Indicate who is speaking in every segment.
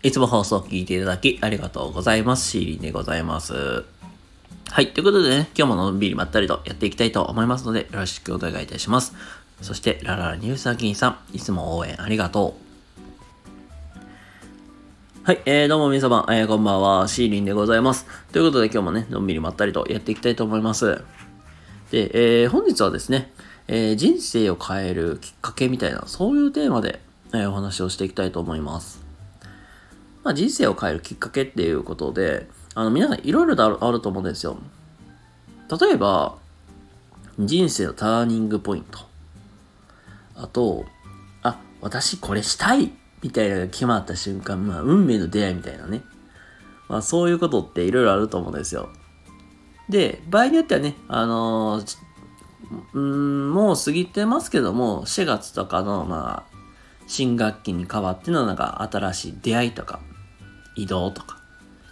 Speaker 1: いつも放送を聞いていただきありがとうございます。シーリンでございます。はい。ということでね、今日ものんびりまったりとやっていきたいと思いますので、よろしくお願いいたします。そして、ラララニュースアキンさん、いつも応援ありがとう。はい。どうも皆様、こんばんは。シーリンでございます。ということで今日もね、のんびりまったりとやっていきたいと思います。で、本日はですね、人生を変えるきっかけみたいな、そういうテーマで、お話をしていきたいと思います。人生を変えるきっかけっていうことで、皆さんいろいろとあると思うんですよ。例えば、人生のターニングポイント。あと、私これしたいみたいなのが決まった瞬間、運命の出会いみたいなね。そういうことっていろいろあると思うんですよ。で、場合によってはね、もう過ぎてますけども、4月とかの、新学期に変わっての新しい出会いとか、移動とか、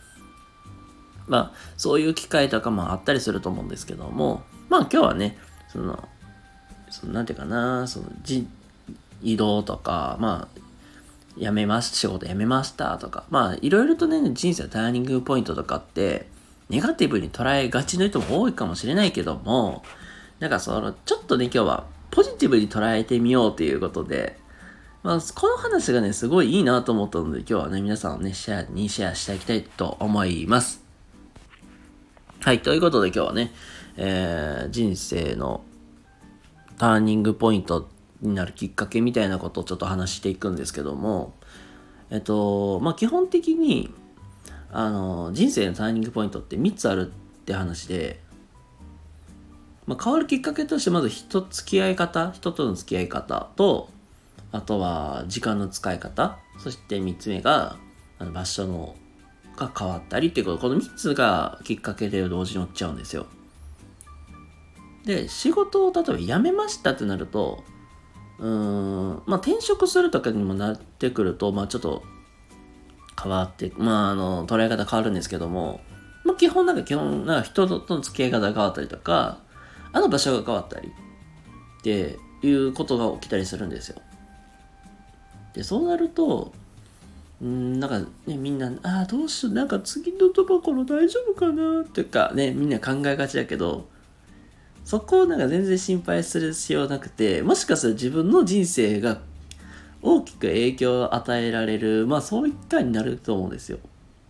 Speaker 1: そういう機会とかもあったりすると思うんですけども、今日はね、なんていうかな、移動とか、仕事辞めましたとか、いろいろとね、人生のターニングポイントとかって、ネガティブに捉えがちの人も多いかもしれないけども、ちょっとね、今日はポジティブに捉えてみようということで、この話がね、すごいいいなと思ったので、今日はね、皆さんね、シェアしていきたいと思います。はい、ということで今日はね、人生のターニングポイントになるきっかけみたいなことをちょっと話していくんですけども、基本的に、人生のターニングポイントって3つあるって話で、変わるきっかけとしてまず人との付き合い方と、あとは時間の使い方、そして3つ目が、場所が変わったりっていうこと、この3つがきっかけで同時に起っちゃうんですよ。で、仕事を例えば辞めましたってなると、転職するとかにもなってくると、ちょっと変わって、捉え方変わるんですけども、基本人との付き合い方が変わったりとか、場所が変わったりっていうことが起きたりするんですよ。で、そうなると、みんな、どうしよう、次のところ大丈夫かなっていうかね、みんな考えがちだけど、そこを全然心配する必要なくて、もしかしたら自分の人生が大きく影響を与えられる、そういったになると思うんですよ。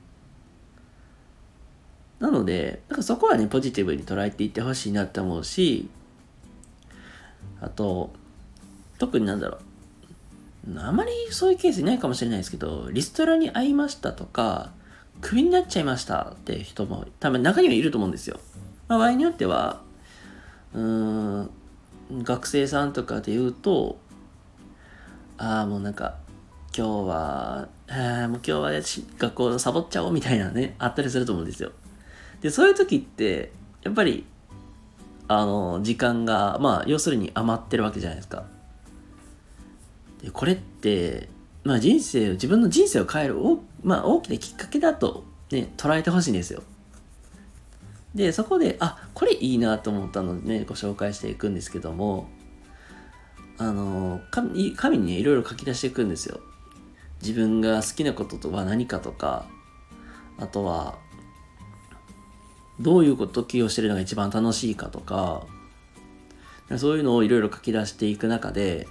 Speaker 1: なので、そこはね、ポジティブに捉えていってほしいなって思うし、あと、特にあまりそういうケースいないかもしれないですけど、リストラに会いましたとか、クビになっちゃいましたって人も多分中にはいると思うんですよ。場合によっては、学生さんとかで言うと、今日は学校サボっちゃおうみたいなね、あったりすると思うんですよ。で、そういう時って、やっぱり、時間が、要するに余ってるわけじゃないですか。で、これって、自分の人生を変える大きなきっかけだとね、捉えてほしいんですよ。で、そこで、これいいなと思ったのでね、ご紹介していくんですけども、紙にね、いろいろ書き出していくんですよ。自分が好きなこととは何かとか、あとは、どういう時をしてるのが一番楽しいかとか、そういうのをいろいろ書き出していく中で、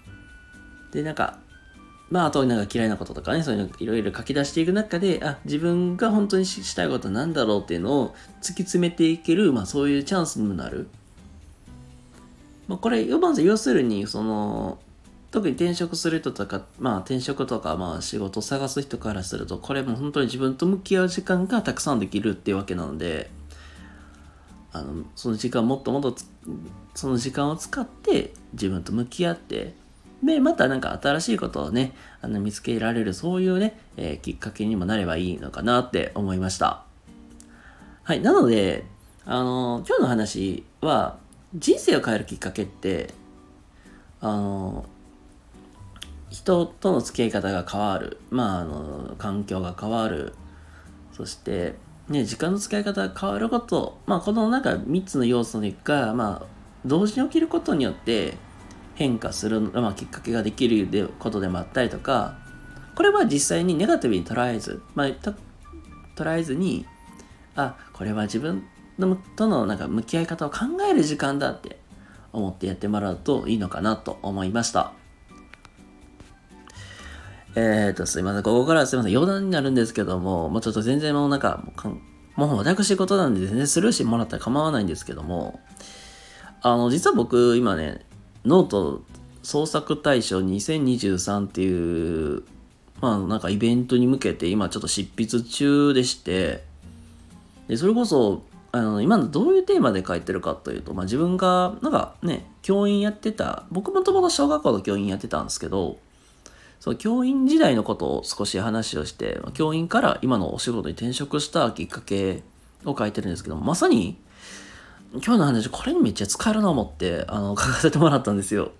Speaker 1: あと嫌いなこととかね、そういうのいろいろ書き出していく中で、自分が本当にしたいことは何だろうっていうのを突き詰めていける、そういうチャンスにもなる。これ、要するに、特に転職する人とか、転職とか、仕事を探す人からすると、これも本当に自分と向き合う時間がたくさんできるっていうわけなので、その時間もっともっと、その時間を使って自分と向き合って、で、また新しいことをね、見つけられる、そういうね、きっかけにもなればいいのかなって思いました。はい、なので、今日の話は、人生を変えるきっかけって、人との付き合い方が変わる。環境が変わる。そして、時間の使い方が変わること。この3つの要素が、同時に起きることによって変化する、きっかけができることでもあったりとか、 これは実際にネガティブに捉えず、捉えずに、これは自分とのなんか向き合い方を考える時間だって思ってやってもらうといいのかなと思いました。すいません。ここからはすいません。余談になるんですけども、ちょっと全然もう私事なんで全然スルーしてもらったら構わないんですけども、実は僕今ね、ノート創作大賞2023っていう、イベントに向けて今ちょっと執筆中でして、でそれこそ、今のどういうテーマで書いてるかというと、自分が教員やってた、僕もともと小学校の教員やってたんですけど、その教員時代のことを少し話をして、教員から今のお仕事に転職したきっかけを書いてるんですけども、まさに今日の話これにめっちゃ使えるなと思って書かせてもらったんですよ。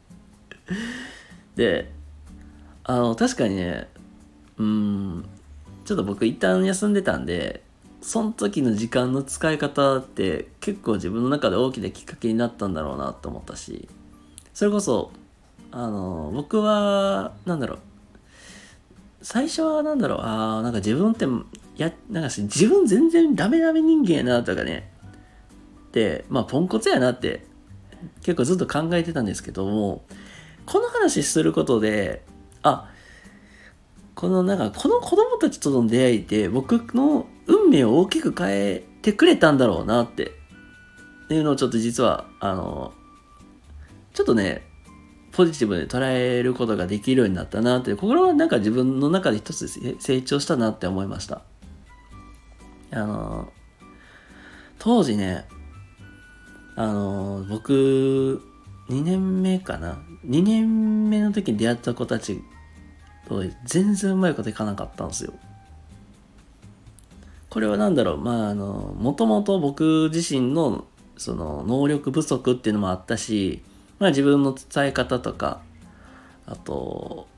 Speaker 1: で確かにね、ちょっと僕一旦休んでたんで、その時の時間の使い方って結構自分の中で大きなきっかけになったんだろうなと思ったし、それこそ僕は最初は自分って自分全然ダメ人間やなとかねでポンコツやなって結構ずっと考えてたんですけども、この話することでこの子供たちとの出会いで僕の運命を大きく変えてくれたんだろうなっていうのをちょっと実はちょっとねポジティブに捉えることができるようになったなって、これは自分の中で一つ成長したなって思いました。当時ね僕2年目の時に出会った子たちと全然うまいこといかなかったんですよ。これはもともと僕自身のその能力不足っていうのもあったし、自分の伝え方とか、あと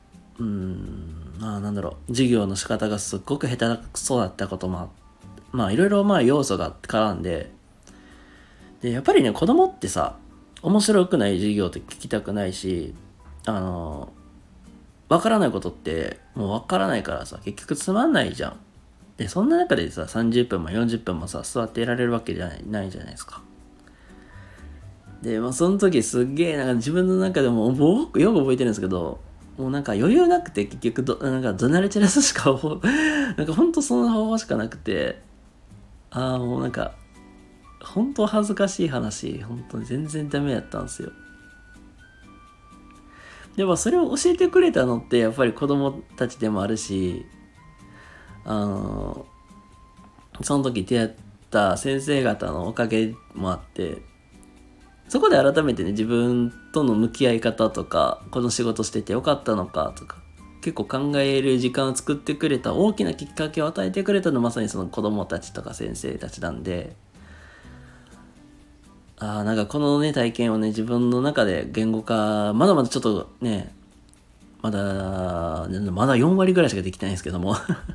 Speaker 1: 授業の仕方がすっごく下手くそだったこともいろいろ要素が絡んで、やっぱりね子供ってさ、面白くない授業って聞きたくないし、わからないことってもうわからないからさ、結局つまんないじゃん。でそんな中でさ30分も40分もさ座っていられるわけじゃないじゃないですか。でその時すっげえ自分の中でも僕よく覚えてるんですけど、もう余裕なくて結局怒鳴れ散らすしかほんとその方法しかなくて、もう本当恥ずかしい話、本当に全然ダメだったんですよ。でもそれを教えてくれたのってやっぱり子供たちでもあるし、その時出会った先生方のおかげもあって、そこで改めてね自分との向き合い方とか、この仕事しててよかったのかとか結構考える時間を作ってくれた、大きなきっかけを与えてくれたのはまさにその子供たちとか先生たちなんで、このね体験をね自分の中で言語化、まだまだちょっとねまだ4割ぐらいしかできてないんですけども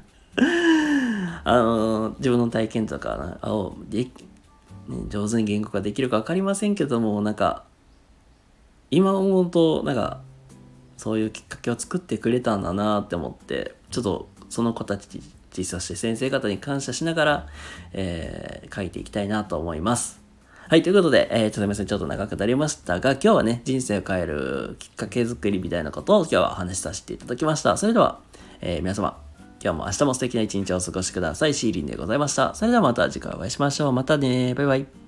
Speaker 1: 自分の体験とかを上手に言語化できるか分かりませんけども、今思うとそういうきっかけを作ってくれたんだなって思って、ちょっとその子たちそして先生方に感謝しながら、書いていきたいなと思います。はい、ということで、すみません、ちょっと長くなりましたが、今日はね人生を変えるきっかけ作りみたいなことを今日はお話しさせていただきました。それでは、皆様今日も明日も素敵な一日をお過ごしください。シーリンでございました。それではまた次回お会いしましょう。またね、バイバイ。